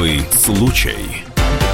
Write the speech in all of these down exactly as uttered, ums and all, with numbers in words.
Особый случай.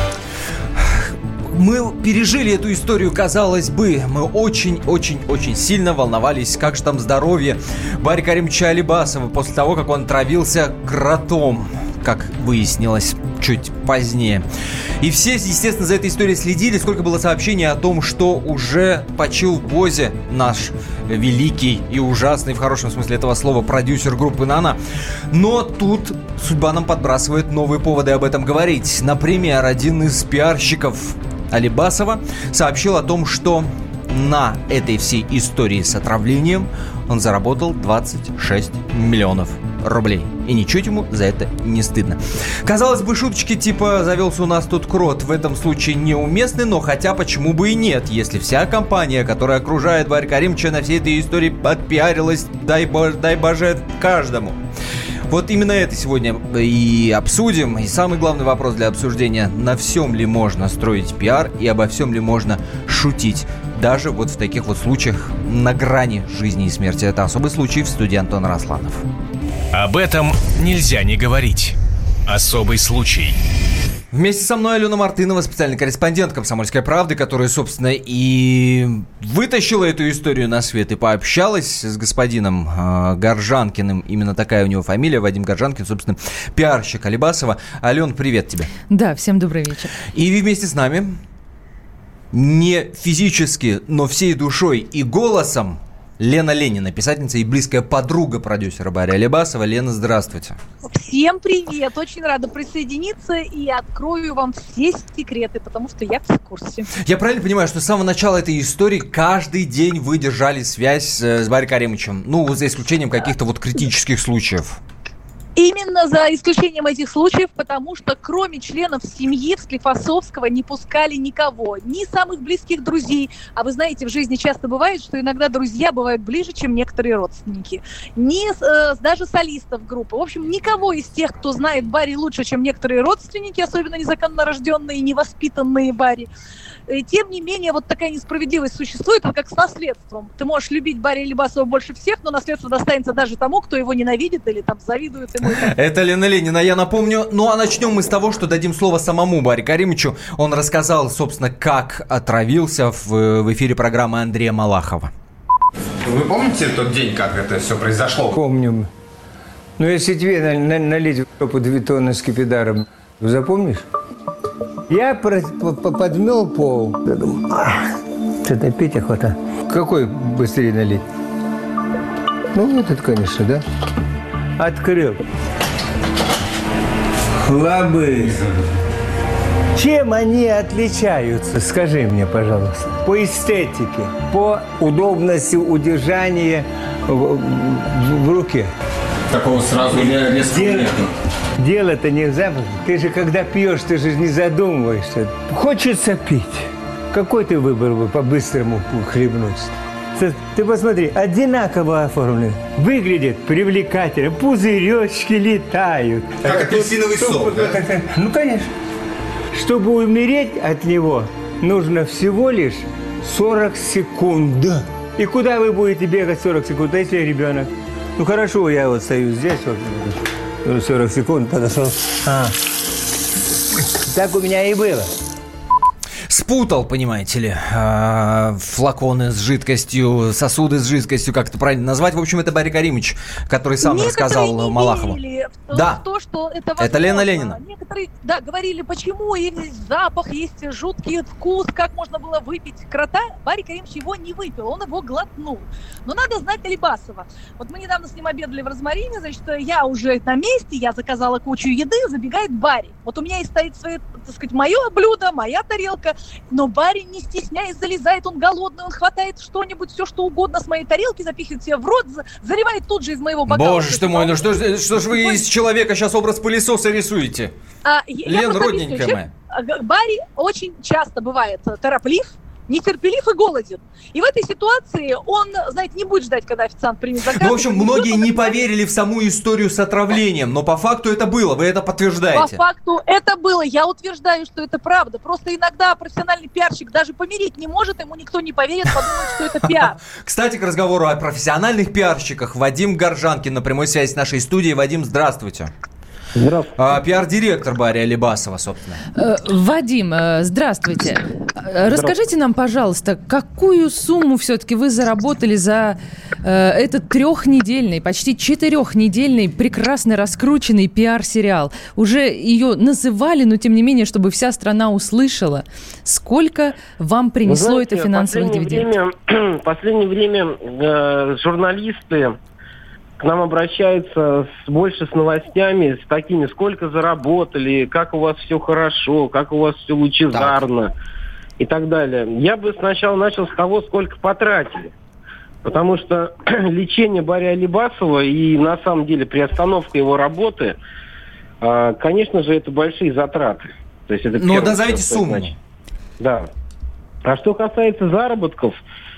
Мы пережили эту историю, казалось бы. Мы очень-очень-очень сильно волновались, как же там здоровье Барри Каримовича Алибасова после того, как он травился кротом, как выяснилось чуть позднее. И все, естественно, за этой историей следили. Сколько было сообщений о том, что уже почил в ВОЗе наш великий и ужасный, в хорошем смысле этого слова, продюсер группы «Нана». Но тут судьба нам подбрасывает новые поводы об этом говорить. Например, один из пиарщиков Алибасова сообщил о том, что на этой всей истории с отравлением он заработал двадцать шесть миллионов рублей. И ничуть ему за это не стыдно. Казалось бы, шуточки типа «завелся у нас тут крот» в этом случае неуместны, но хотя почему бы и нет, если вся компания, которая окружает Барри Каримовича, на всей этой истории подпиарилась, дай, боже, дай боже каждому. Вот именно это сегодня и обсудим. И самый главный вопрос для обсуждения: на всем ли можно строить пиар и обо всем ли можно шутить? Даже вот в таких вот случаях на грани жизни и смерти. Это особый случай. В студии Антон Росланов. Об этом нельзя не говорить. Особый случай. Вместе со мной Алена Мартынова, специальный корреспондент «Комсомольской правды», которая, собственно, и вытащила эту историю на свет и пообщалась с господином э, Горжанкиным. Именно такая у него фамилия, Вадим Горжанкин, собственно, пиарщик Алибасова. Ален, привет тебе. Да, всем добрый вечер. И вместе с нами, не физически, но всей душой и голосом, Лена Ленина, писательница и близкая подруга продюсера Барри Алибасова. Лена, здравствуйте. Всем привет! Очень рада присоединиться и открою вам все секреты, потому что я в курсе. Я правильно понимаю, что с самого начала этой истории каждый день вы держали связь с Барри Каримовичем? Ну, за исключением каких-то вот критических случаев. Именно за исключением этих случаев, потому что кроме членов семьи в Склифосовского не пускали никого, ни самых близких друзей. А вы знаете, в жизни часто бывает, что иногда друзья бывают ближе, чем некоторые родственники. Ни э, даже солистов группы. В общем, никого из тех, кто знает Барри лучше, чем некоторые родственники, особенно незаконно рожденные, невоспитанные Барри. Тем не менее, вот такая несправедливость существует, вот как с наследством. Ты можешь любить Барри Алибасова больше всех, но наследство достанется даже тому, кто его ненавидит или там завидует ему. Это Лена Ленина, я напомню. Ну, а начнем мы с того, что дадим слово самому Барри Каримовичу. Он рассказал, собственно, как отравился в, в эфире программы Андрея Малахова. Вы помните тот день, как это все произошло? Помню. Ну, если тебе на, на, налить в жопу две тонны скипидаром, запомнишь? Я про, по, по, подмел пол. Я думаю, что-то пить охота. Какой быстрее налить? Ну, этот, конечно, да. Открыл. Лабы. Чем они отличаются? Скажи мне, пожалуйста. По эстетике, по удобности удержания в, в, в руке. Такого сразу резко нет. Дело-то не в запахе. Ты же, когда пьешь, ты же не задумываешься. Хочется пить. Какой ты выбор бы по-быстрому хлебнуть? Ты посмотри, одинаково оформлен. Выглядит привлекательно. Пузыречки летают. Как апельсиновый сок, да? Ну, конечно. Чтобы умереть от него, нужно всего лишь сорок секунд. И куда вы будете бегать сорок секунд, а если ребенок? Ну, хорошо, я вот стою здесь, вот, сорок секунд подошел. А. Так у меня и было. Спутал, понимаете ли, флаконы с жидкостью, сосуды с жидкостью, как это правильно назвать. В общем, это Барри Каримович, который сам Некоторые рассказал Малахову. В да, то, что это, это Лена Ленина. Некоторые, да, говорили, почему есть запах, есть жуткий вкус, как можно было выпить крота. Барри Каримович его не выпил, он его глотнул. Но надо знать Алибасова. Вот мы недавно с ним обедали в Розмарине, значит, я уже на месте, я заказала кучу еды, забегает Барри. Вот у меня и стоит, свое, так сказать, мое блюдо, моя тарелка. Но Барри, не стесняясь, залезает, он голодный, он хватает что-нибудь, все что угодно с моей тарелки, запихивает себе в рот, заливает тут же из моего бокала. Боже ж ты мой, ну что, что ж вы из человека сейчас образ пылесоса рисуете? А, Лен, родненькая моя. Барри очень часто бывает тороплив, нетерпелив и голоден. И в этой ситуации он, знаете, не будет ждать, когда официант примет заказ. Ну, в общем, многие не поверили в саму историю с отравлением, но по факту это было, вы это подтверждаете. По факту это было, я утверждаю, что это правда. Просто иногда профессиональный пиарщик даже помирить не может, ему никто не поверит, подумает, что это пиар. Кстати, к разговору о профессиональных пиарщиках, Вадим Горжанкин на прямой связи с нашей студией. Вадим, здравствуйте. Здравствуйте. А, пиар-директор Барри Алибасова, собственно. Э, Вадим, э, здравствуйте. Э, Расскажите нам, пожалуйста, какую сумму все-таки вы заработали за э, этот трехнедельный, почти четырехнедельный, прекрасно раскрученный пиар-сериал? Уже ее называли, но тем не менее, чтобы вся страна услышала. Сколько вам принесло знаете, это финансовых дивидендов? В последнее время э, журналисты к нам обращаются с, больше с новостями, с такими, сколько заработали, как у вас все хорошо, как у вас все лучезарно так. и так далее. Я бы сначала начал с того, сколько потратили. Потому что лечение Барри Алибасова и на самом деле приостановка его работы, э, конечно же, это большие затраты. То есть это ну, назовите сумму. Да. А что касается заработков,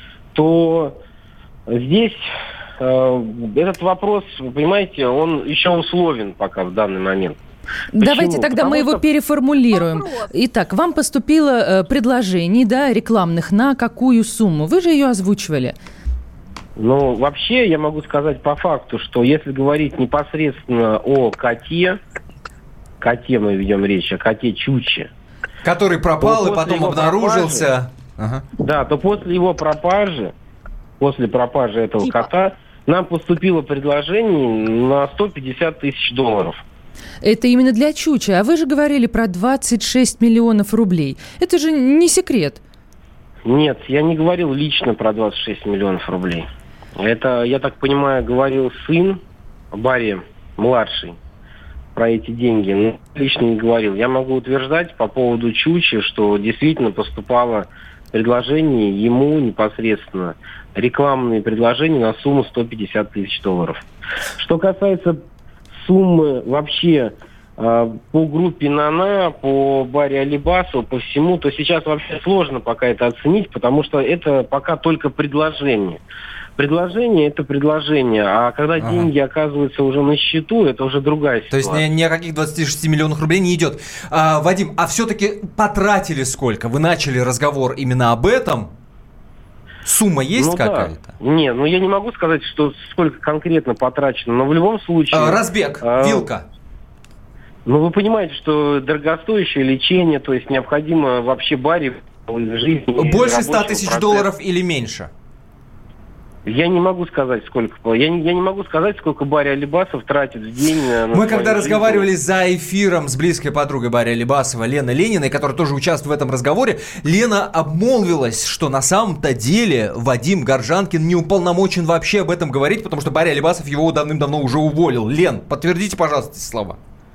то здесь... Этот вопрос, вы понимаете, он еще условен пока в данный момент. Давайте Почему? тогда Потому мы его что... переформулируем. Итак, вам поступило э, предложений, да, рекламных на какую сумму? Вы же ее озвучивали. Ну, вообще, я могу сказать по факту, что если говорить непосредственно о коте, коте мы ведем речь, о коте Чуче. Который пропал и потом обнаружился. Пропажи, ага. Да, то после его пропажи, после пропажи этого типа. кота, нам поступило предложение на сто пятьдесят тысяч долларов. Это именно для Чуча. А вы же говорили про двадцать шесть миллионов рублей. Это же не секрет. Нет, я не говорил лично про двадцать шесть миллионов рублей. Это, я так понимаю, говорил сын Барри, младший, про эти деньги. Но лично не говорил. Я могу утверждать по поводу Чуча, что действительно поступало предложение ему непосредственно, рекламные предложения на сумму сто пятьдесят тысяч долларов. Что касается суммы вообще э, по группе «Нана», по Барри Алибасову, по всему, то сейчас вообще сложно пока это оценить, потому что это пока только предложение. Предложение – это предложение, а когда ага. деньги оказываются уже на счету, это уже другая ситуация. То есть ни, ни о каких двадцати шести миллионах рублей не идет. А, Вадим, а все-таки потратили сколько? Вы начали разговор именно об этом? Сумма есть ну, какая-то? Да. Не, ну я не могу сказать, что сколько конкретно потрачено, но в любом случае... А, разбег, а, вилка. Ну вы понимаете, что дорогостоящее лечение, то есть необходимо вообще Барри в жизни... Больше ста тысяч долларов или меньше? Я не могу сказать, сколько. Я не, я не могу сказать, сколько Барри Алибасов тратит в день. На Мы когда жизнь. разговаривали за эфиром с близкой подругой Барри Алибасова, Леной Лениной, которая тоже участвует в этом разговоре, Лена обмолвилась, что на самом-то деле Вадим Горжанкин не уполномочен вообще об этом говорить, потому что Барри Алибасов его давным-давно уже уволил. Лен, подтвердите, пожалуйста, эти слова.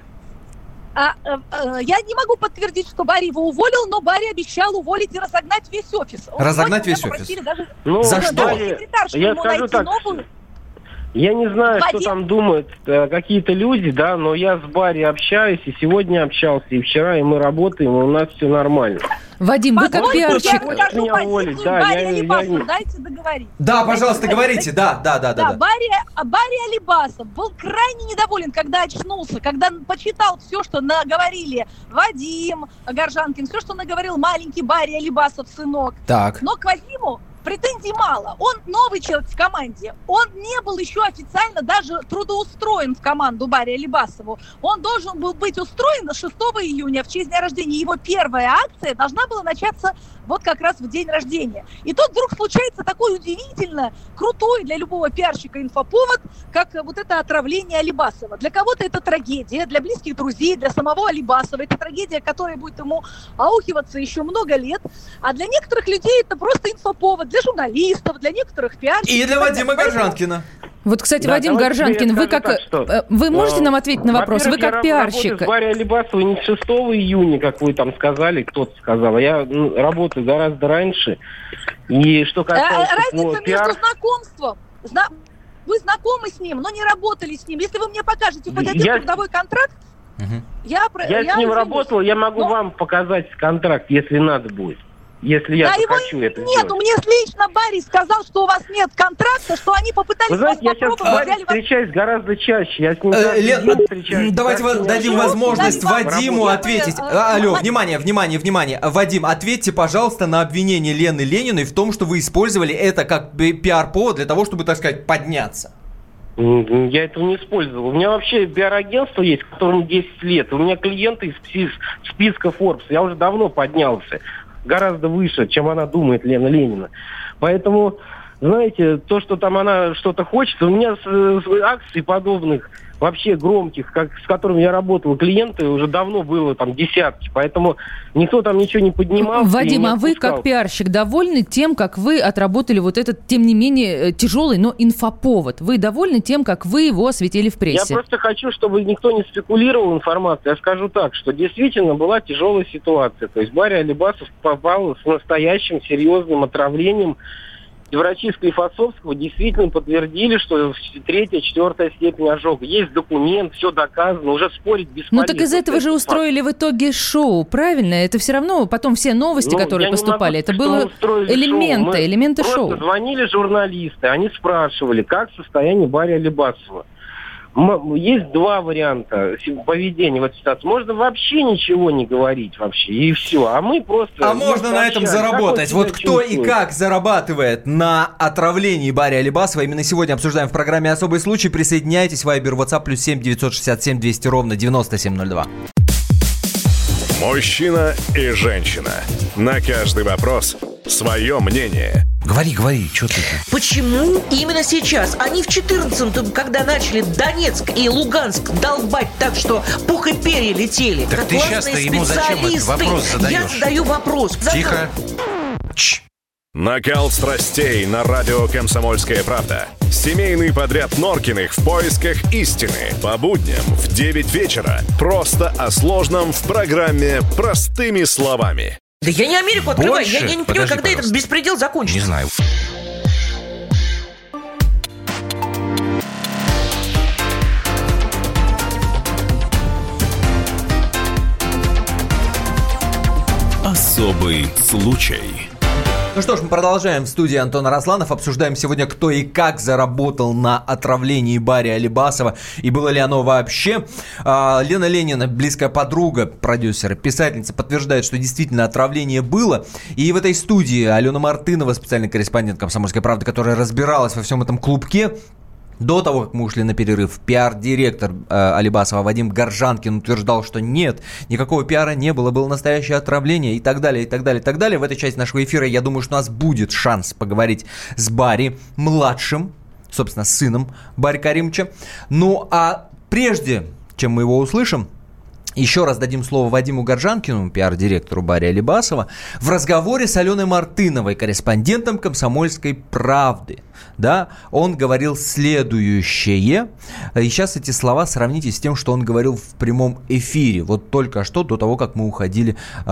А, а, а, я не могу подтвердить, что Барри его уволил, но Барри обещал уволить и разогнать весь офис. Разогнать весь офис? Даже... Ну, за что? Я скажу так, новую... я не знаю, Вадим... что там думают э, какие-то люди, да, но я с Барри общаюсь, и сегодня общался, и вчера, и мы работаем, и у нас все нормально. Вадим, вы как пиарщик... Я скажу позицию да, Барри Алибасова, я... дайте договорить. Да, пожалуйста, говорите, да, да, да. Да, да. Барри, Барри Алибасов был крайне недоволен, когда очнулся, когда почитал все, что наговорили Вадим Горжанкин, все, что наговорил маленький Барри Алибасов, сынок. Так. Но к Вадиму претензий мало. Он новый человек в команде. Он не был еще официально даже трудоустроен в команду Барри Алибасову. Он должен был быть устроен шестого июня в честь дня рождения. Его первая акция должна была начаться вот как раз в день рождения. И тут вдруг случается такой удивительно крутой для любого пиарщика инфоповод, как вот это отравление Алибасова. Для кого-то это трагедия, для близких друзей, для самого Алибасова. Это трагедия, которая будет ему аухиваться еще много лет. А для некоторых людей это просто инфоповод. Для журналистов, для некоторых пиарщиков. И для Вадима Горжанкина. Вот, кстати, да, Вадим Горжанкин, вы как... Так, что, вы можете нам ответить на вопрос? Вы как пиарщик... Я Барри Алибасова не с шестого июня, как вы там сказали, кто-то сказал. Я ну, работаю гораздо раньше. И что касается... Разница ну, пиар... между знакомством... Зна... Вы знакомы с ним, но не работали с ним. Если вы мне покажете хоть один я... трудовой контракт, угу. я... Я, я с ним извинюсь. работал, я могу но... вам показать контракт, если надо будет. Если я да захочу его это нет, сделать. Мне лично Барри сказал, что у вас нет контракта, что они попытались Вы знаете, вас я сейчас с Барри встречаюсь вас... гораздо чаще. Я с ним э, Лен, встречаюсь. Давайте каждый дадим день. возможность Дали Вадиму вам... ответить. Э, а, алло, Вадим. внимание, внимание, внимание. Вадим, ответьте, пожалуйста, на обвинение Лены Лениной в том, что вы использовали это как пиар-повод для того, чтобы, так сказать, подняться. Я этого не использовал. У меня вообще пиар-агентство есть, которому десять лет. У меня клиенты из списка Forbes. Я уже давно поднялся. Гораздо выше, чем она думает, Лена Ленина. Поэтому, знаете, то, что там она что-то хочет, у меня с, с акций подобных, вообще громких, как, с которыми я работал, клиенты уже давно было там десятки, поэтому никто там ничего не поднимал. Вадим, а вы как пиарщик довольны тем, как вы отработали вот этот, тем не менее, тяжелый, но инфоповод? Вы довольны тем, как вы его осветили в прессе? Я просто хочу, чтобы никто не спекулировал информацией. Я скажу так, что действительно была тяжелая ситуация. То есть Барри Алибасов попал с настоящим серьезным отравлением. И врачи Склифосовского действительно подтвердили, что третья, четвертая степень ожога. Есть документ, все доказано, уже спорить бесполезно. Ну так из этого же устроили в итоге шоу, правильно? Это все равно потом все новости, ну, которые поступали, это было элементы, шоу. элементы просто шоу. Звонили журналисты, они спрашивали, как состояние Барри Алибасова. Есть два варианта поведения в этой ситуации. Можно вообще ничего не говорить вообще, и все. А мы просто... А можно на этом заработать. Вот кто чувствует? И как зарабатывает на отравлении Барри Алибасова. Именно сегодня обсуждаем в программе «Особый случай». Присоединяйтесь. Вайбер, WhatsApp, плюс семь девятьсот шестьдесят семь двести ровно девяносто семь ноль два. Мужчина и женщина. На каждый вопрос свое мнение. Говори, говори, что ты? Почему именно сейчас? Они в четырнадцатом, когда начали Донецк и Луганск долбать так, что пух и перья летели. Так ты сейчас-то ему зачем этот вопрос задаешь? Я задаю вопрос. Тихо. Чш. Накал страстей на радио «Комсомольская правда». Семейный подряд Норкиных в поисках истины. По будням в девять вечера. Просто о сложном в программе «Простыми словами». Да я не Америку открываю. Я, я не понимаю, Подожди, когда пожалуйста. этот беспредел закончится. Не знаю. Особый случай. Ну что ж, мы продолжаем. В студии Антон Арасланов. Обсуждаем сегодня, кто и как заработал на отравлении Барри Алибасова. И было ли оно вообще. А, Лена Ленина, близкая подруга продюсера, писательница, подтверждает, что действительно отравление было. И в этой студии Алена Мартынова, специальный корреспондент «Комсомольской правды», которая разбиралась во всем этом клубке. До того, как мы ушли на перерыв, пиар-директор э, Алибасова Вадим Горжанкин утверждал, что нет, никакого пиара не было, было настоящее отравление и так далее, и так далее, и так далее. В этой части нашего эфира, я думаю, что у нас будет шанс поговорить с Барри младшим, собственно, сыном Барри Каримовича. Ну, а прежде, чем мы его услышим, еще раз дадим слово Вадиму Горжанкину, пиар-директору Барри Алибасова, в разговоре с Аленой Мартыновой, корреспондентом «Комсомольской правды». Да, он говорил следующее. И сейчас эти слова сравните с тем, что он говорил в прямом эфире. Вот только что, до того, как мы уходили э,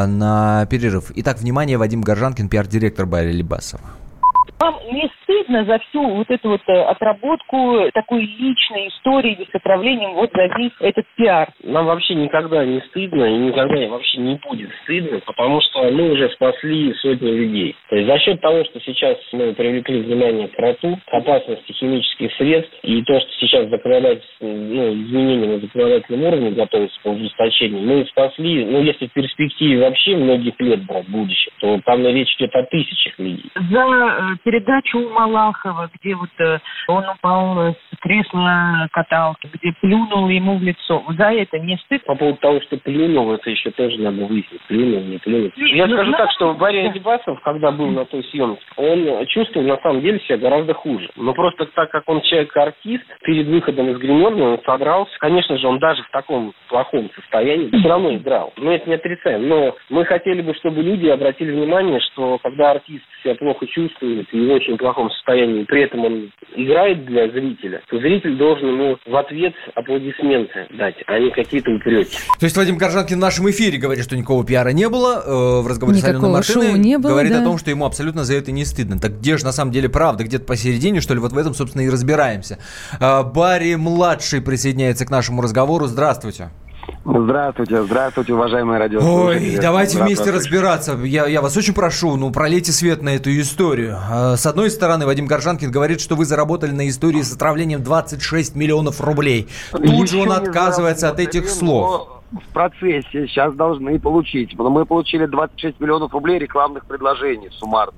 на перерыв. Итак, внимание, Вадим Горжанкин, пиар-директор Барри Алибасова. Вам не стыдно за всю вот эту вот отработку такой личной истории с отравлением, вот за весь этот пиар? Нам вообще никогда не стыдно и никогда вообще не будет стыдно, потому что мы уже спасли сотни людей. То есть за счет того, что сейчас мы привлекли внимание к кроту, к опасности химических средств и то, что сейчас законодательство, ну, изменения на законодательном уровне готовятся по ужесточению, мы спасли, ну, если в перспективе вообще многих лет брать будущее, то там речь идет о тысячах людей. За передачу у Малахова, где вот э, он упал с кресла каталки, где плюнул ему в лицо. За это не стыд? По поводу того, что плюнул, это еще тоже надо выяснить. Плюнул, не плюнул. Я ну, скажу ну, так, что Барри Алибасов, когда был на той съемке, он чувствовал на самом деле себя гораздо хуже. Но просто так как он человек-артист, перед выходом из гримерки он содрался. Конечно же, он даже в таком плохом состоянии все равно играл. Мы это не отрицаем. Но мы хотели бы, чтобы люди обратили внимание, что когда артист себя плохо чувствует и в очень плохом состоянии, при этом он играет для зрителя, то зритель должен ему в ответ аплодисменты дать, а не какие-то упреки. То есть Вадим Горжанкин в нашем эфире говорит, что никакого пиара не было, э, в разговоре никакого с Аленой Мартыновой не было, говорит да. о том, что ему абсолютно за это не стыдно. Так где же на самом деле правда? Где-то посередине, что ли? Вот в этом, собственно, и разбираемся. Э, Барри младший присоединяется к нашему разговору. Здравствуйте. Здравствуйте, здравствуйте, уважаемые радиослушатели. Ой, давайте вместе разбираться. Я, я вас очень прошу, ну, пролейте свет на эту историю. С одной стороны, Вадим Горжанкин говорит, что вы заработали на истории с отравлением двадцать шесть миллионов рублей. Тут Еще же он отказывается от этих слов. В процессе сейчас должны получить. Мы получили двадцать шесть миллионов рублей рекламных предложений суммарно.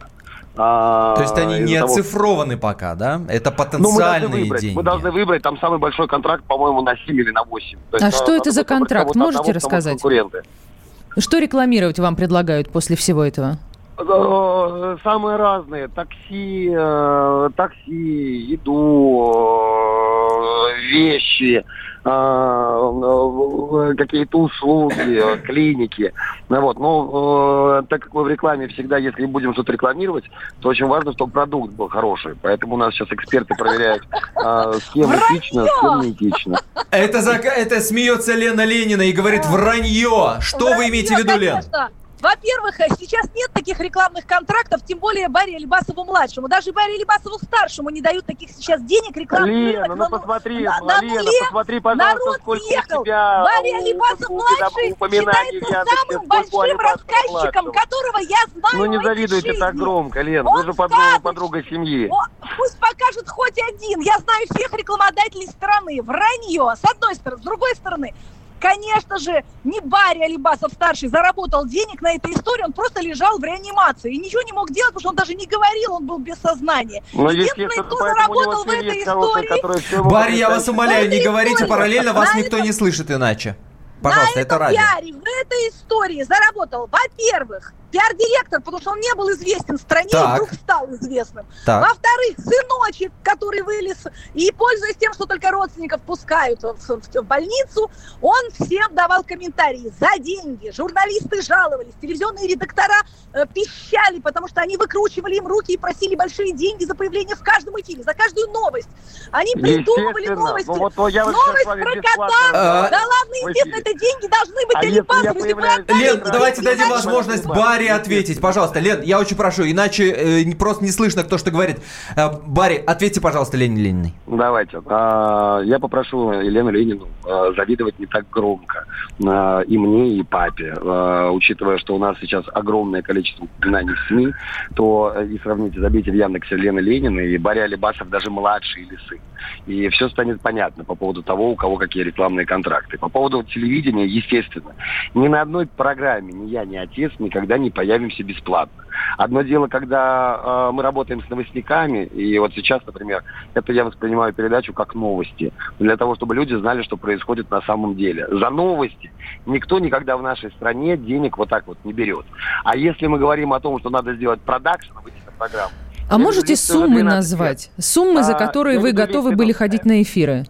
А, То есть они не того... оцифрованы пока, да? Это потенциальные ну, мы выбрать, деньги. Мы должны выбрать там самый большой контракт, по-моему, на семь или на восемь. То а есть, что на, это за контракт? Можете одного, рассказать? Что рекламировать вам предлагают после всего этого? Самые разные. Такси, э, такси, еду, э, вещи, э, какие-то услуги, клиники. Вот. Но э, так как мы в рекламе всегда, если будем что-то рекламировать, то очень важно, чтобы продукт был хороший. Поэтому у нас сейчас эксперты проверяют, э, с кем этично, с кем не этично. Это, за... Это смеется Лена Ленина и говорит вранье. Что вранье, вы имеете в виду, Лен? Во-первых, сейчас нет таких рекламных контрактов, тем более Барри Алибасову-младшему. Даже Барри Алибасову-старшему не дают таких сейчас денег рекламных. Лена, рынок, ну на, посмотри, на, на Лена, нуле. посмотри, пожалуйста, народ сколько съехал. у тебя Барри Алибасов-младший считается самым большим рассказчиком, которого я знаю. Ну не завидуйте жизни. Так громко, Лена, Он вы же подруга, скажет, подруга семьи. О, пусть покажет хоть один. Я знаю всех рекламодателей страны. Вранье, с одной стороны. С другой стороны, конечно же, не Барри Алибасов-старший заработал денег на этой истории, он просто лежал в реанимации и ничего не мог делать, потому что он даже не говорил, он был без сознания. Но единственный, кто заработал в этой истории... Барри, я вас умоляю, не говорите параллельно, вас никто не слышит иначе. Пожалуйста, на это этом радио. пиаре, в этой истории заработал, во-первых, пиар-директор, потому что он не был известен в стране, так. и вдруг стал известным. Так. Во-вторых, сыночек, который вылез, и, пользуясь тем, что только родственников пускают в, в, в больницу, он всем давал комментарии за деньги. Журналисты жаловались, телевизионные редактора э, пищали, потому что они выкручивали им руки и просили большие деньги за появление в каждом эфире, за каждую новость. Они придумывали новости. Ну, вот, вот новость про кота. А, да ладно, естественно, это деньги должны быть а Алибасовы. Лен, давайте дадим возможность Барри ответить. Пожалуйста, Лен, я очень прошу, иначе э, просто не слышно, кто что говорит. Э, Барри, ответьте, пожалуйста, Лене Лениной. Давайте. А, я попрошу Елену Ленину а, завидовать не так громко. А, и мне, и папе. А, учитывая, что у нас сейчас огромное количество упоминаний в СМИ, то и сравните, забейте в Яндексе Лены Ленина и Барри Алибасов даже младший или сын. И все станет понятно по поводу того, у кого какие рекламные контракты. По поводу телевидения, естественно, ни на одной программе ни я, ни отец никогда не появимся бесплатно. Одно дело, когда э, мы работаем с новостниками, и вот сейчас, например, это я воспринимаю передачу как новости, для того, чтобы люди знали, что происходит на самом деле. За новости никто никогда в нашей стране денег вот так вот не берет. А если мы говорим о том, что надо сделать продакшн, выйти на программу. А можете суммы назвать? Суммы, за которые а, вы готовы были ходить на эфиры?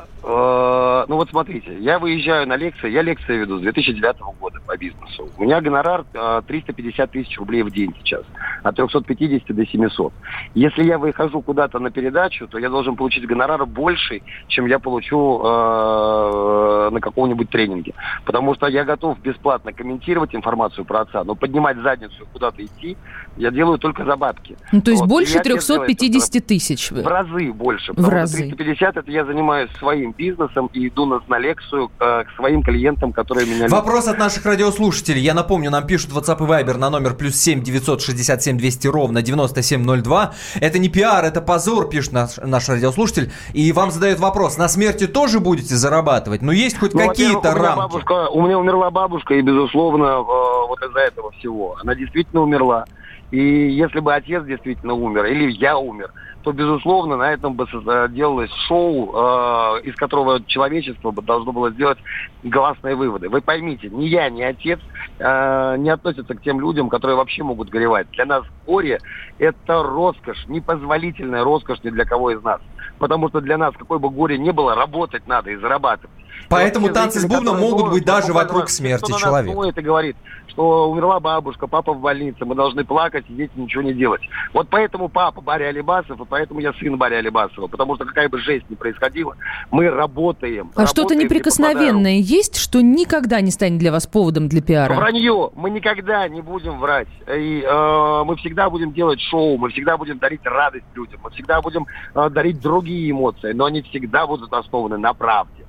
Ну вот смотрите, я выезжаю на лекции, я лекции веду с две тысячи девятого года по бизнесу. У меня гонорар триста пятьдесят тысяч рублей в день сейчас, от трехсот пятидесяти до семисот. Если я выхожу куда-то на передачу, то я должен получить гонорар больше, чем я получу э, на каком-нибудь тренинге. Потому что я готов бесплатно комментировать информацию про отца, но поднимать задницу и куда-то идти я делаю только за бабки. Ну, то есть вот. больше трехсот пятидесяти тысяч? В разы больше. В разы. триста пятьдесят это я занимаюсь своим бизнесом и иду на, на лекцию э, к своим клиентам, которые меня... Вопрос от наших радиослушателей. Я напомню, нам пишут WhatsApp и Viber на номер плюс семь девятьсот шестьдесят семь двести ровно девяносто семь ноль два. Это не пиар, это позор, пишет наш, наш радиослушатель. И вам задают вопрос, на смерти тоже будете зарабатывать? Ну, есть хоть ну, какие-то рамки? Бабушка, у меня умерла бабушка, и, безусловно, э, вот из-за этого всего. Она действительно умерла. И если бы отец действительно умер, или я умер, то, безусловно, на этом бы делалось шоу, э, из которого человечество бы должно было сделать гласные выводы. Вы поймите, ни я, ни отец э, не относятся к тем людям, которые вообще могут горевать. Для нас горе – это роскошь, непозволительная роскошь ни для кого из нас. Потому что для нас, какой бы горе ни было, работать надо и зарабатывать. Поэтому и танцы с бубном могут быть даже вокруг смерти человека. Кто это говорит, что умерла бабушка, папа в больнице, мы должны плакать, сидеть и ничего не делать. Вот поэтому папа Барри Алибасов, и поэтому я сын Барри Алибасова. Потому что какая бы жесть ни происходила, мы работаем. А что-то неприкосновенное есть, что никогда не станет для вас поводом для пиара? Вранье. Мы никогда не будем врать. И э, мы всегда будем делать шоу, мы всегда будем дарить радость людям, мы всегда будем э, дарить другие эмоции, но они всегда будут основаны на правде.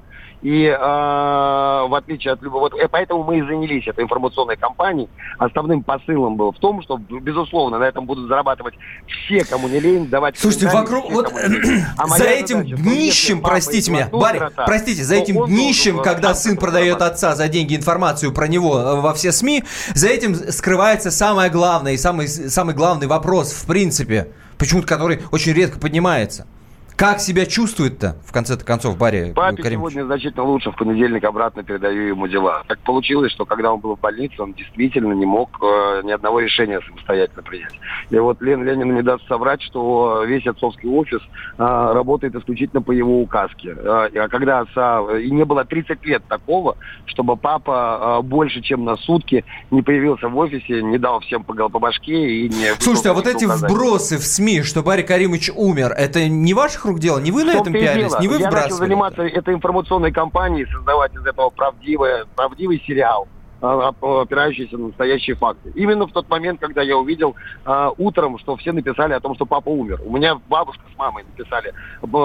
И э, в отличие от любого... Вот, поэтому мы и занялись этой информационной кампанией. Основным посылом был в том, что, безусловно, на этом будут зарабатывать все, кому не лень, давать... Слушайте, вокруг... Все, Вот, а за этим задача, днищем, простите меня, Барри, врата, простите, за этим днищем, должен, когда сын продает отца за деньги информацию про него во все СМИ, за этим скрывается самое главное и самый, самый главный вопрос, в принципе, почему-то который очень редко поднимается. Как себя чувствует-то, в конце-то концов, Барри Папе Каримович? Сегодня значительно лучше. В понедельник обратно передаю ему дела. Так получилось, что когда он был в больнице, он действительно не мог э, ни одного решения самостоятельно принять. И вот Лен Ленин не даст соврать, что весь отцовский офис э, работает исключительно по его указке. Э, а когда отца... И не было тридцать лет такого, чтобы папа э, больше, чем на сутки не появился в офисе, не дал всем по, по башке и не... Слушайте, а вот эти указания. Вбросы в СМИ, что Барри Каримович умер, это не ваших рук дело? Не вы на этом пиарились? Не вы Я вбрасывали? начал заниматься этой информационной кампанией, создавать из этого правдивый, правдивый сериал, опирающийся на настоящие факты. Именно в тот момент, когда я увидел э, утром, что все написали о том, что папа умер. У меня бабушка с мамой написали: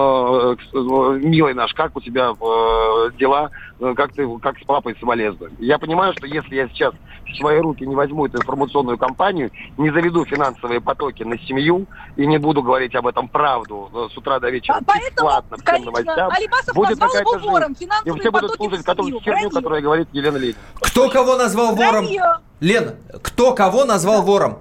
э, милый наш, как у тебя э, дела, как ты, как с папой соболезную. Я понимаю, что если я сейчас в свои руки не возьму эту информационную кампанию, не заведу финансовые потоки на семью и не буду говорить об этом правду с утра до вечера бесплатно всем новостям, будет какая-то жизнь. И все будут слушать которую херню, которую говорит Елена Ленина. Кто кого назвал вором? Лена, кто кого назвал вором?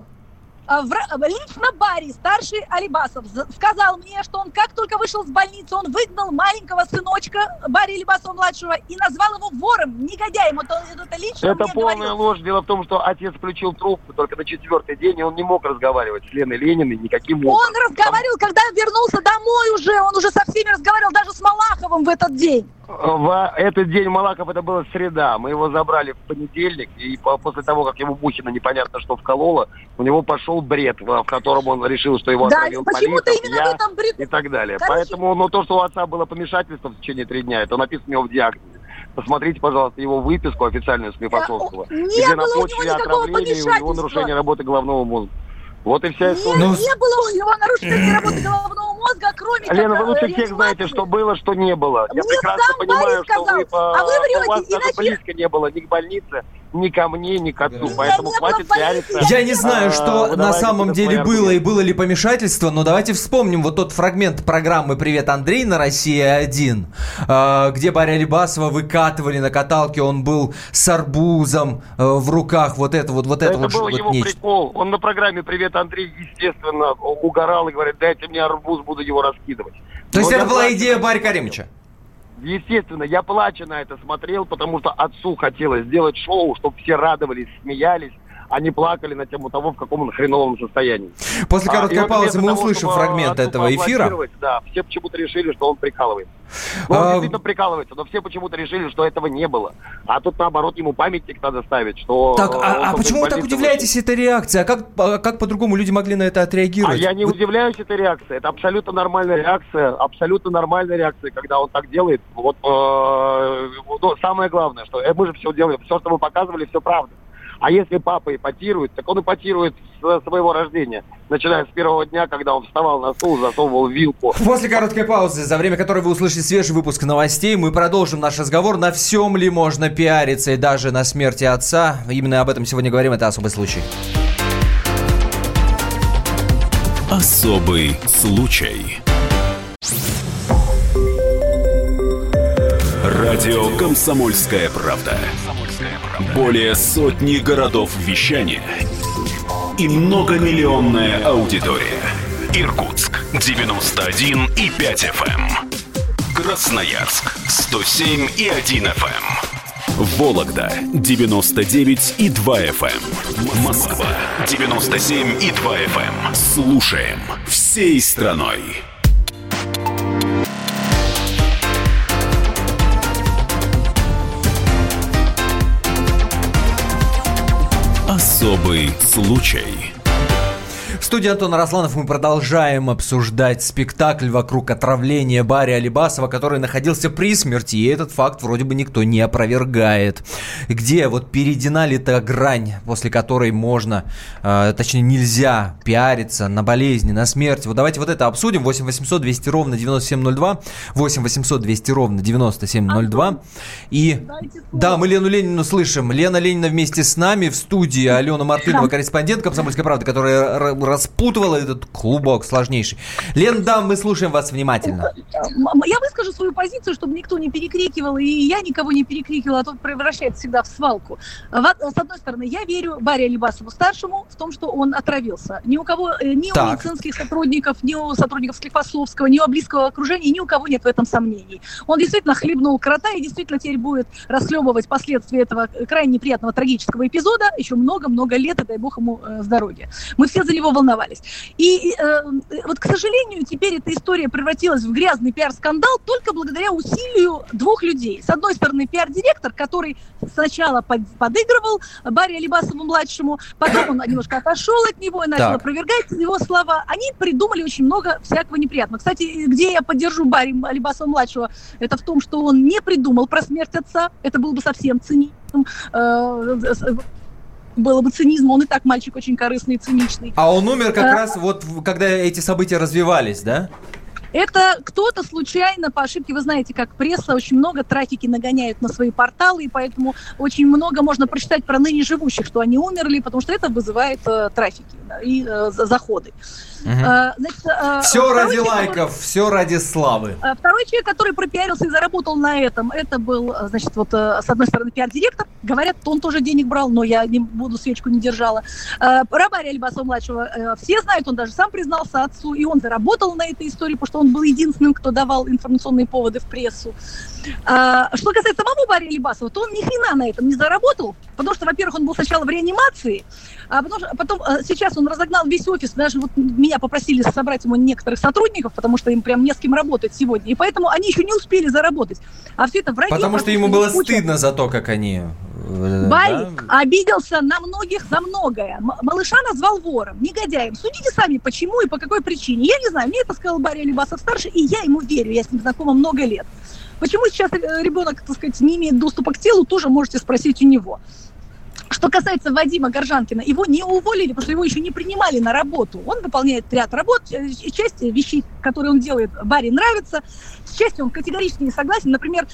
Лично Барри, старший Алибасов, сказал мне, что он как только вышел с больницы, он выгнал маленького сыночка Барри Алибасова-младшего и назвал его вором, негодяем. Это, это лично Это мне полная говорил. ложь. Дело в том, что отец включил трубку только на четвертый день, и он не мог разговаривать с Леной Лениной никаким образом. Он разговаривал, когда вернулся домой уже, он уже со всеми разговаривал, даже с Малаховым в этот день. В этот день Малахов, это была среда, мы его забрали в понедельник, и после того, как ему Бухина непонятно что вколола, у него пошел бред, в котором он решил, что его да, отравил почему-то Политов, именно я в этом бреду. и так далее. Короче... Поэтому, ну, то, что у отца было помешательство в течение три дня, это написано у него в диагнозе. Посмотрите, пожалуйста, его выписку официальную Склифосовского, не где было на почве отравления у него нарушение работы головного мозга. Вот и вся история. Не, не было у него нарушения работы головного мозга, кроме Лена, как... вы лучше всех знаете, что было, что не было. Я Мне прекрасно сам понимаю, Барри что вы, сказал. А вы врете, у вас иначе... даже близко не было ни к больнице, ни ко мне, ни к отцу. Я Поэтому не хватит пиариться. Я не знаю, что а, на самом деле было и аргументы. было ли помешательство, но давайте вспомним вот тот фрагмент программы «Привет, Андрей» на Россия один, где Барри Алибасова выкатывали на каталке, он был с арбузом в руках, вот это вот, вот это, это вот. был вот его нечто. прикол. Он на программе «Привет, Андрей», естественно, угорал и говорит: дайте мне арбуз, буду его раскидывать. То есть Но это я была плачу, идея Барри Каримовича? Естественно, я плача на это смотрел, потому что отцу хотелось сделать шоу, чтобы все радовались, смеялись, а не плакали на тему того, в каком он хреновом состоянии. После короткой а, паузы мы того, услышим фрагмент этого эфира. Да, все почему-то решили, что он прикалывается. Ну, он а... действительно прикалывается, но все почему-то решили, что этого не было. А тут, наоборот, ему памятник надо ставить, что... Так, а, а почему вы так удивляетесь этой реакции? А как, а как по-другому люди могли на это отреагировать? А я не вы... удивляюсь этой реакции. Это абсолютно нормальная реакция. Абсолютно нормальная реакция, когда он так делает. Вот э, ну, самое главное, что мы же все делаем, все, что мы показывали, все правда. А если папа ипотирует, так он ипотирует с своего рождения. Начиная с первого дня, когда он вставал на стул, засовывал вилку. После короткой паузы, за время которой вы услышите свежий выпуск новостей, мы продолжим наш разговор, на всем ли можно пиариться и даже на смерти отца. Именно об этом сегодня говорим, это особый случай. Особый случай. Радио «Комсомольская правда». Более сотни городов вещания и многомиллионная аудитория. Иркутск девяносто один и пять эф эм, Красноярск сто семь и один эф эм, Вологда девяносто девять и два эф эм, Москва девяносто семь и два эф эм. Слушаем всей страной. Особый случай. В студии Антон Арасланов. Мы продолжаем обсуждать спектакль вокруг отравления Барри Алибасова, который находился при смерти. И этот факт вроде бы никто не опровергает. Где вот перейдена ли та грань, после которой можно, э, точнее нельзя пиариться на болезни, на смерть. Вот давайте вот это обсудим. восемь восемьсот двести ровно девяносто семь ноль два. восемь восемьсот двести ровно девяносто семь ноль два. И да, мы Лену Ленину слышим. Лена Ленина вместе с нами в студии. Алена Мартынова, корреспондент «Комсомольской правды», которая распутывала этот клубок сложнейший. Лен, да, мы слушаем вас внимательно. Я выскажу свою позицию, чтобы никто не перекрикивал, и я никого не перекрикивала, а то превращается всегда в свалку. С одной стороны, я верю Барри Алибасову-старшему в том, что он отравился. Ни у кого, ни так. у медицинских сотрудников, ни у сотрудников Склифосовского, ни у близкого окружения, ни у кого нет в этом сомнений. Он действительно хлебнул крота и действительно теперь будет расхлебывать последствия этого крайне неприятного трагического эпизода еще много-много лет, и дай бог ему э, здоровья. Мы все за него волновались. И э, вот, к сожалению, теперь эта история превратилась в грязный пиар-скандал только благодаря усилию двух людей. С одной стороны, пиар-директор, который сначала под, подыгрывал Барри Алибасову-младшему, потом он немножко отошел от него и начал так. опровергать его слова. Они придумали очень много всякого неприятного. Кстати, где я поддержу Барри Алибасова-младшего, это в том, что он не придумал про смерть отца. Это было бы совсем циничным. Было бы цинизм, он и так мальчик очень корыстный и циничный. А он умер как а, раз вот, когда эти события развивались, да? Это кто-то случайно, по ошибке, вы знаете, как пресса, очень много трафики нагоняют на свои порталы, и поэтому очень много можно прочитать про ныне живущих, что они умерли, потому что это вызывает э, трафики да, и э, заходы. Угу. А, значит, а, все ради человек, лайков, который, все ради славы. А, второй человек, который пропиарился и заработал на этом, это был, значит, вот с одной стороны пиар-директор. Говорят, он тоже денег брал, но я не буду, свечку не держала. А, про Барри Алибасова-младшего а, все знают, он даже сам признался отцу, и он заработал на этой истории, потому что он был единственным, кто давал информационные поводы в прессу. А, что касается самого Барри Алибасова, то он ни хрена на этом не заработал, потому что, во-первых, он был сначала в реанимации, а потом, потом сейчас он разогнал весь офис, даже вот меня попросили собрать ему некоторых сотрудников, потому что им прям не с кем работать сегодня, и поэтому они еще не успели заработать. А все это враги. Потому что ему было куча. Стыдно за то, как они... Барри да? обиделся на многих за многое. М- малыша назвал вором, негодяем. Судите сами, почему и по какой причине. Я не знаю, мне это сказал Барри Алибасов-старший, и я ему верю, я с ним знакома много лет. Почему сейчас ребенок, так сказать, не имеет доступа к телу, тоже можете спросить у него. Что касается Вадима Горжанкина, его не уволили, потому что его еще не принимали на работу. Он выполняет ряд работ, часть вещей, которые он делает, Барри нравится, с частью он категорически не согласен. Например,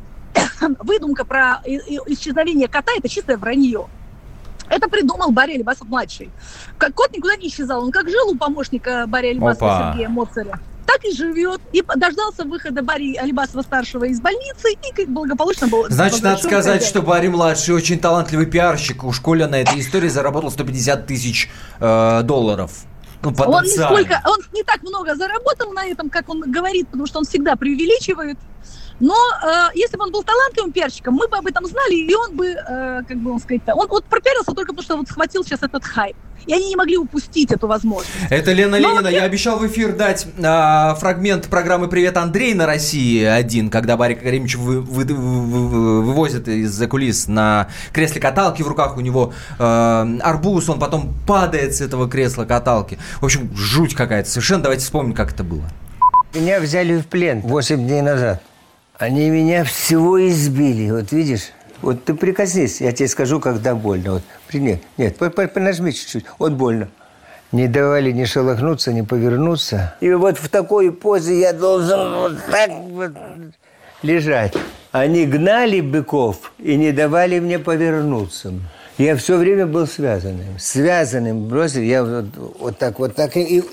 выдумка про исчезновение кота – это чистое вранье. Это придумал Барри Алибасов-младший. Кот никуда не исчезал. Он как жил у помощника Барри Алибасова Сергея Моцаря, так и живет. И дождался выхода Барри Алибасова-старшего из больницы и благополучно был... Значит, надо сказать, хозяин. Что Барри-младший очень талантливый пиарщик. Уж Коля на этой истории заработал сто пятьдесят тысяч э, долларов. Ну, он, не сколько, он не так много заработал на этом, как он говорит, потому что он всегда преувеличивает. Но э, если бы он был талантливым пиарщиком, мы бы об этом знали, и он бы, э, как бы он сказать-то, он вот пропиарился только потому, что вот схватил сейчас этот хайп. И они не могли упустить эту возможность. Это Лена Но Ленина. Вот я обещал в эфир дать э, фрагмент программы «Привет, Андрей» на России один, когда Барри Каримович вы, вы, вы, вы, вывозит из-за кулис на кресле каталки, в руках у него э, арбуз, он потом падает с этого кресла каталки. В общем, жуть какая-то совершенно. Давайте вспомним, как это было. Меня взяли в плен восемь дней назад. Они меня всего избили, вот видишь? Вот ты прикоснись, я тебе скажу, когда больно. Вот, нет, нет, понажми чуть-чуть, вот больно. Не давали ни шелохнуться, ни повернуться. И вот в такой позе я должен вот так вот лежать. Они гнали быков и не давали мне повернуться. Я все время был связанным. Связанным бросил, я вот, вот так, вот так, и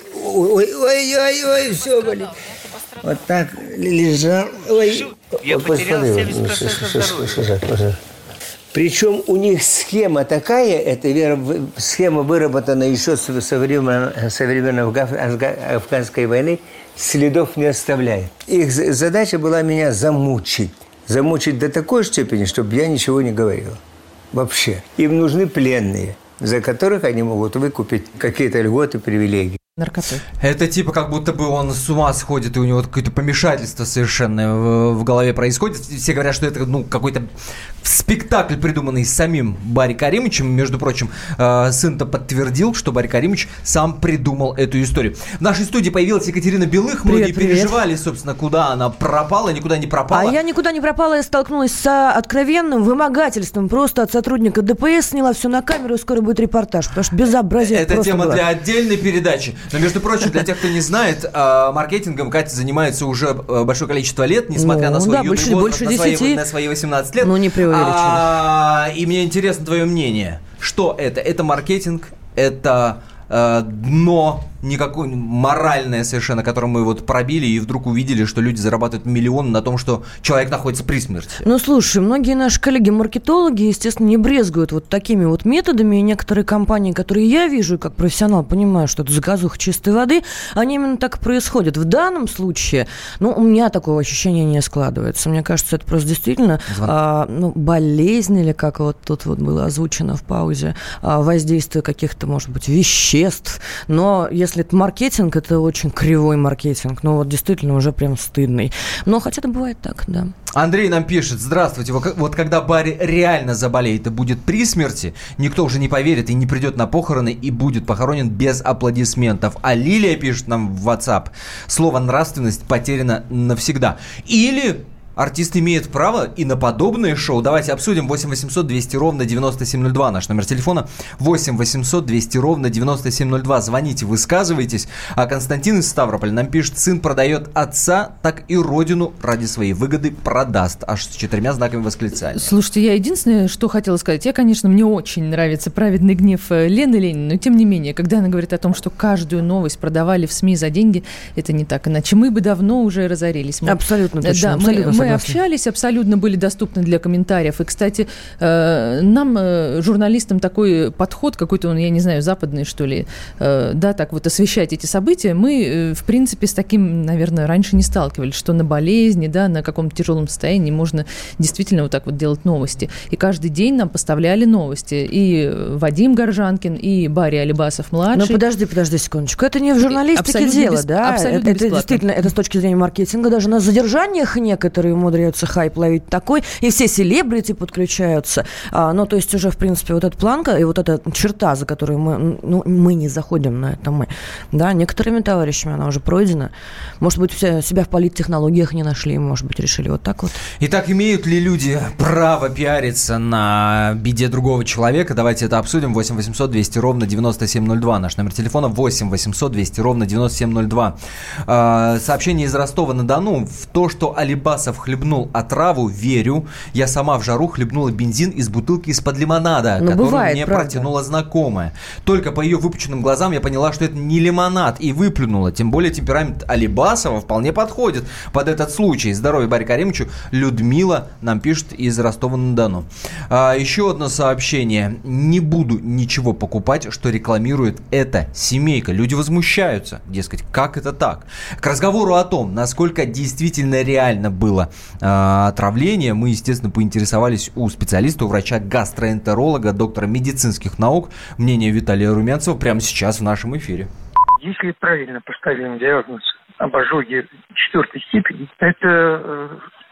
ой-ой-ой, все болит. Вот так лежал. Ой, я вот, потерял семьдесят процентов здоровья. Причем у них схема такая, эта схема выработана еще со времен, со времен Афганской войны, следов не оставляет. Их задача была меня замучить. Замучить до такой степени, чтобы я ничего не говорил. Вообще. Им нужны пленные, за которых они могут выкупить какие-то льготы, привилегии. наркотой. Это типа как будто бы он с ума сходит, и у него какое-то помешательство совершенно в, в голове происходит. Все говорят, что это ну, какой-то спектакль, придуманный самим Барри Каримовичем. Между прочим, э, сын-то подтвердил, что Барри Каримович сам придумал эту историю. В нашей студии появилась Екатерина Белых. Многие привет, переживали, привет. собственно, куда она пропала, никуда не пропала. А я никуда не пропала, я столкнулась с откровенным вымогательством. Просто от сотрудника ДПС сняла все на камеру, и скоро будет репортаж, потому что безобразие Это просто тема было. Для отдельной передачи. Но, между прочим, для тех, кто не знает, маркетингом Катя занимается уже большое количество лет, несмотря ну, на свой да, юный больше, возраст, больше на, свои, на свои восемнадцать лет. Ну, не преувеличивай. А, и мне интересно твое мнение. Что это? Это маркетинг? Это э, дно никакое моральное совершенно, которое мы вот пробили и вдруг увидели, что люди зарабатывают миллион на том, что человек находится при смерти. Ну, слушай, многие наши коллеги-маркетологи, естественно, не брезгуют вот такими вот методами, и некоторые компании, которые я вижу, и как профессионал понимаю, что это заказуха чистой воды, они именно так и происходят. В данном случае, ну, у меня такого ощущения не складывается. Мне кажется, это просто действительно а, ну, болезнь, или как вот тут вот было озвучено в паузе, а, воздействие каких-то, может быть, веществ, но если Если это маркетинг, это очень кривой маркетинг. Ну, вот действительно уже прям стыдный. Но хотя это бывает так, да. Андрей нам пишет: здравствуйте, вот когда Барри реально заболеет и будет при смерти, никто уже не поверит и не придет на похороны и будет похоронен без аплодисментов. А Лилия пишет нам в WhatsApp: слово «нравственность» потеряно навсегда. Или... артист имеет право и на подобное шоу. Давайте обсудим. восемь восемьсот двести ровно девяносто семь ноль два. Наш номер телефона восемь восемьсот двести ровно девяносто семь ноль два. Звоните, высказывайтесь. А Константин из Ставрополя нам пишет: сын продает отца, так и родину ради своей выгоды продаст. Аж с четырьмя знаками восклицания. Слушайте, я единственное, что хотела сказать. Я, конечно, мне очень нравится праведный гнев Лены Ленина, но тем не менее, когда она говорит о том, что каждую новость продавали в СМИ за деньги, это не так. Иначе мы бы давно уже разорились. Мы... Абсолютно точно. Да, абсолютно мы, мы общались, абсолютно были доступны для комментариев. И, кстати, э, нам, э, журналистам, такой подход какой-то, он, я не знаю, западный, что ли, э, да, так вот освещать эти события, мы, э, в принципе, с таким, наверное, раньше не сталкивались, что на болезни, да, на каком-то тяжелом состоянии можно действительно вот так вот делать новости. И каждый день нам поставляли новости. И Вадим Горжанкин, и Барри Алибасов-младший. Ну, подожди, подожди секундочку. Это не в журналистике дело, бесп... да? Абсолютно это, это действительно, это с точки зрения маркетинга. Даже на задержаниях некоторые умудряются хайп ловить такой, и все селебрити подключаются. А, ну, то есть уже, в принципе, вот эта планка и вот эта черта, за которую мы, ну, мы не заходим на это мы, да, некоторыми товарищами она уже пройдена. Может быть, все себя в политтехнологиях не нашли, может быть, решили вот так вот. Итак, имеют ли люди право пиариться на беде другого человека? Давайте это обсудим. восемь восемьсот двести ровно девяносто семь ноль два. Наш номер телефона восемь восемьсот двести ровно девяносто семь ноль два. А, сообщение из Ростова-на-Дону. В то, что Алибасов хлебнул отраву, верю. Я сама в жару хлебнула бензин из бутылки из-под лимонада, ну, которую бывает, мне правда. протянула знакомая. Только по ее выпученным глазам я поняла, что это не лимонад, и выплюнула. Тем более темперамент Алибасова вполне подходит под этот случай. Здоровья Барри Каримовичу. Людмила нам пишет из Ростова-на-Дону. А, еще одно сообщение. Не буду ничего покупать, что рекламирует эта семейка. Люди возмущаются. Дескать, как это так? К разговору о том, насколько действительно реально было э, отравление, мы, естественно, поинтересовались у специалиста, у врача-гастроэнтеролога, доктора медицинских наук. Мнение Виталия Румянцева прямо сейчас в нашем эфире. Если правильно поставлен диагноз об ожоге четвертой степени, это э,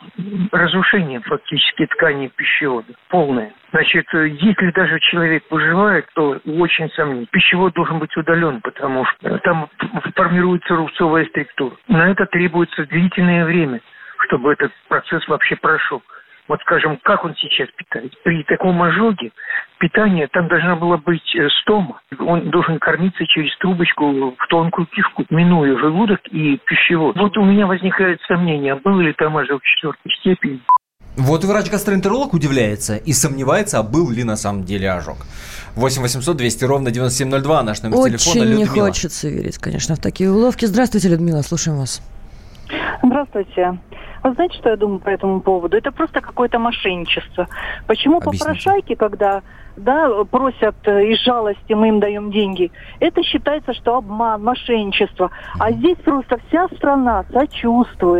разрушение фактически ткани пищевода, полное. Значит, если даже человек выживает, то очень сомнительно. Пищевод должен быть удален, потому что там формируется рубцовая структура. На это требуется длительное время, чтобы этот процесс вообще прошел. Вот, скажем, как он сейчас питает? При таком ожоге питание, там должна была быть стома. Он должен кормиться через трубочку в тонкую кишку, минуя желудок и пищевод. Вот у меня возникает сомнение, был ли там ожог четвертой степени. Вот и врач-гастроэнтеролог удивляется и сомневается, а был ли на самом деле ожог. восемь восемьсот двести ровно девяносто семь ноль два, наш номер Очень телефона. Людмила. Очень не хочется верить, конечно, в такие уловки. Здравствуйте, Людмила, слушаем вас. Здравствуйте. Вы знаете, что я думаю по этому поводу? Это просто какое-то мошенничество. Почему попрошайки, когда да, просят из жалости, мы им даем деньги, это считается, что обман, мошенничество. А здесь просто вся страна сочувствует.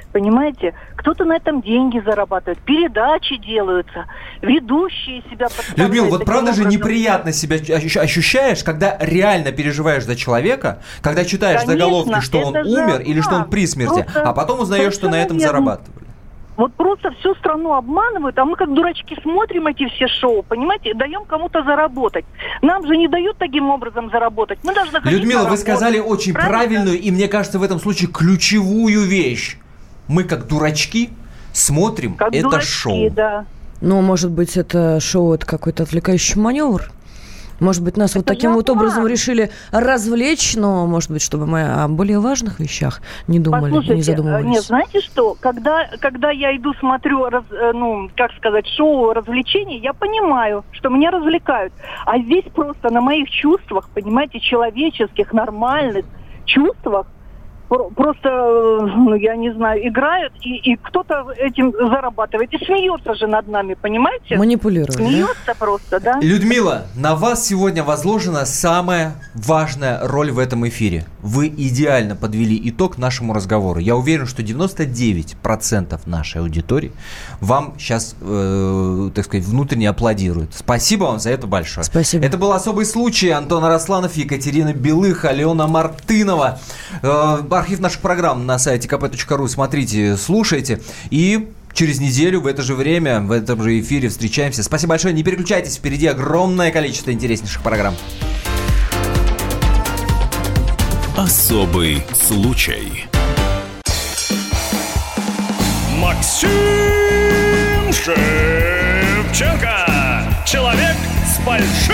Понимаете? Кто-то на этом деньги зарабатывает, передачи делаются, ведущие себя подставляют. Людмила, вот правда образом. же неприятно себя ощущаешь, когда реально переживаешь за человека, когда читаешь Конечно, заголовки, что он же, умер или да, что он при смерти, просто а потом узнаешь, что на этом верно. зарабатывали. Вот просто всю страну обманывают, а мы как дурачки смотрим эти все шоу, понимаете, и даем кому-то заработать. Нам же не дают таким образом заработать. Мы должны ходить Людмила, на вы работу. сказали очень Правильно? правильную и, мне кажется, в этом случае ключевую вещь. Мы, как дурачки, смотрим Как это дурачки, шоу. Да. Ну, может быть, это шоу, это какой-то отвлекающий маневр? Может быть, нас Это вот таким же вот обман. образом решили развлечь, но, может быть, чтобы мы о более важных вещах не думали, Послушайте, не задумывались. Нет, знаете что? Когда, когда я иду, смотрю, раз, э, ну, как сказать, шоу развлечений, я понимаю, что меня развлекают. А здесь просто на моих чувствах, понимаете, человеческих, нормальных чувствах, про- просто, э, ну, я не знаю, играют, и, и кто-то этим зарабатывает. И смеется же над нами, понимаете? Манипулируют, да? Смеется просто, да? Людмила, на вас сегодня возложена самая важная роль в этом эфире. Вы идеально подвели итог нашему разговору. Я уверен, что девяносто девять процентов нашей аудитории вам сейчас, э, так сказать, внутренне аплодируют. Спасибо вам за это большое. Спасибо. Это был особый случай. Антон Арасланов, Екатерина Белых, Алена Мартынова. Э, архив наших программ на сайте ка пэ точка ру. Смотрите, слушайте. И через неделю в это же время, в этом же эфире встречаемся. Спасибо большое. Не переключайтесь. Впереди огромное количество интереснейших программ. Особый случай. Максим Шевченко. Человек с большим...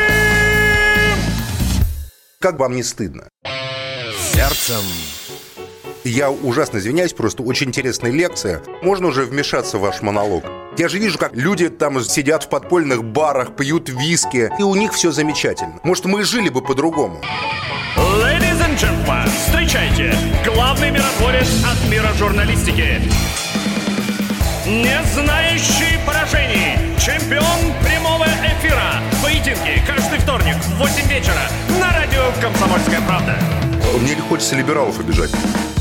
Как вам не стыдно? Сердцем. Я ужасно извиняюсь, просто очень интересная лекция. Можно уже вмешаться в ваш монолог? Я же вижу, как люди там сидят в подпольных барах, пьют виски, и у них все замечательно. Может, мы жили бы по-другому? Ladies and gentlemen, встречайте, главный миротворец от мира журналистики. Не знающий поражений, чемпион прямого эфира. Поединки каждый вторник в восемь вечера на радио «Комсомольская правда». Мне не хочется либералов обижать.